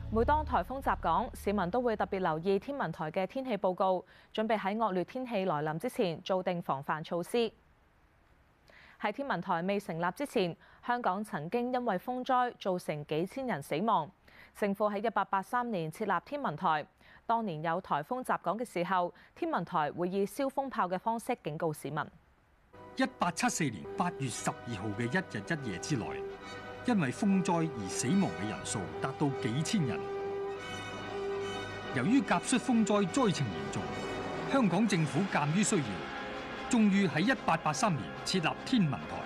每當颱風襲港，市民都會特別留意天文台嘅天氣報告，準備喺惡劣天氣來臨之前做定防範措施。喺天文台未成立之前，香港曾經因為風災造成幾千人死亡。政府喺1883年設立天文台，當年有颱風襲港嘅時候，天文台會以燒風炮嘅方式警告市民。 1874年8月12號嘅一日一夜之內，因為風災而死亡嘅人數達到幾千人。由於甲戌風災災情嚴重，香港政府鑑於需要，終於喺1883年設立天文台。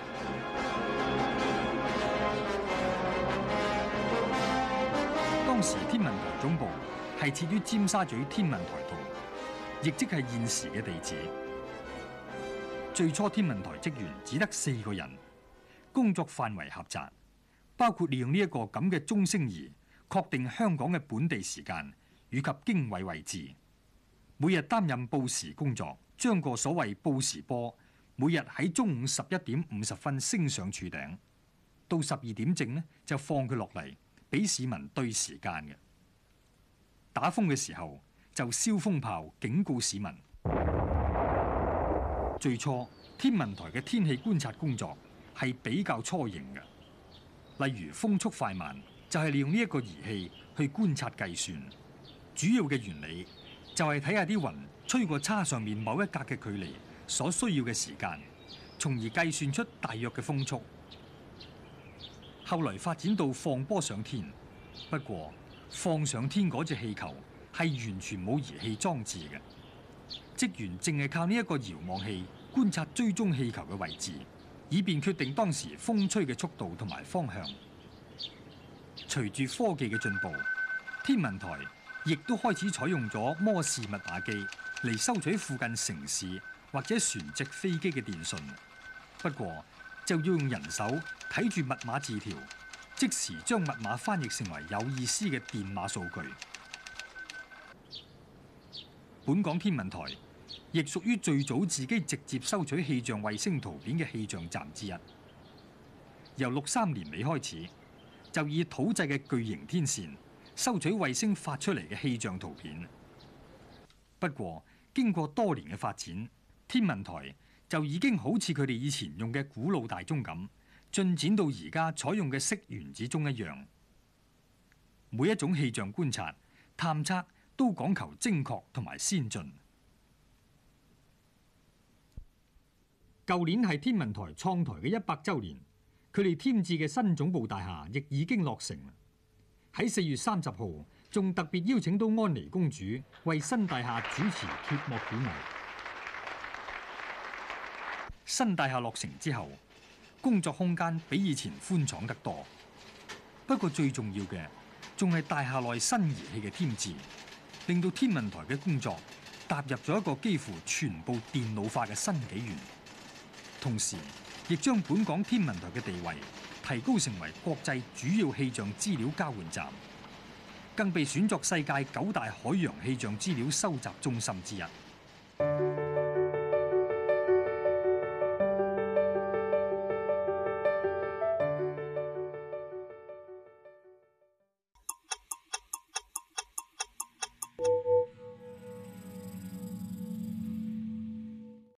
當時天文台總部係設於尖沙咀天文台道，亦即係現時嘅地址。最初天文台職員只得4個人，工作範圍狹窄，包括利用呢一個咁嘅鐘聲儀確定香港嘅本地時間以及經緯位置。每日擔任報時工作，將個所謂報時波每日喺中午11點50分升上柱頂，到12點正呢就放佢落嚟，俾市民對時間嘅。打風嘅時候就燒風炮警告市民。最初天文台嘅天氣觀察工作係比較初型嘅，例如風速快慢就係利用呢一個儀器去觀察計算。主要嘅原理就係睇下啲雲吹過叉上面某一格嘅距離所需要嘅時間，從而計算出大約嘅風速。後來發展到放波上天，不過放上天嗰隻氣球係完全冇儀器裝置嘅。職員淨係靠呢一個遙望器觀察追蹤氣球嘅位置，以便決定當時風吹嘅速度同埋方向。隨住科技嘅進步，天文台亦都開始採用咗摩氏密碼機嚟收取附近城市或者船隻飛機嘅電訊。不過就要用人手睇住密碼字條，即時將密碼翻譯成為有意思嘅電碼數據。本港天文台亦屬於最早自己直接收取氣象衛星圖片嘅氣象站之一。由63年尾開始，就以土製嘅巨型天線收取衛星發出嚟嘅氣象圖片。不過經過多年嘅發展，天文台就已經好似佢哋以前用嘅古老大鐘咁，進展到而家採用嘅銫原子鐘一樣。每一種氣象觀察、探測都講求精確同埋先進。舊年係天文台創台嘅100週年，佢哋添置嘅新總部大廈亦已經落成。喺4月30號，仲特別邀請到安妮公主為新大廈主持揭幕典禮。新大廈落成之後，工作空間比以前寬敞得多。不過最重要嘅，仲係大廈內新儀器嘅添置，令到天文台嘅工作踏入咗一個幾乎全部電腦化嘅新紀元。同時，亦將本港天文台嘅地位提高成為國際主要氣象資料交換站，更被選作世界9大海洋氣象資料收集中心之一。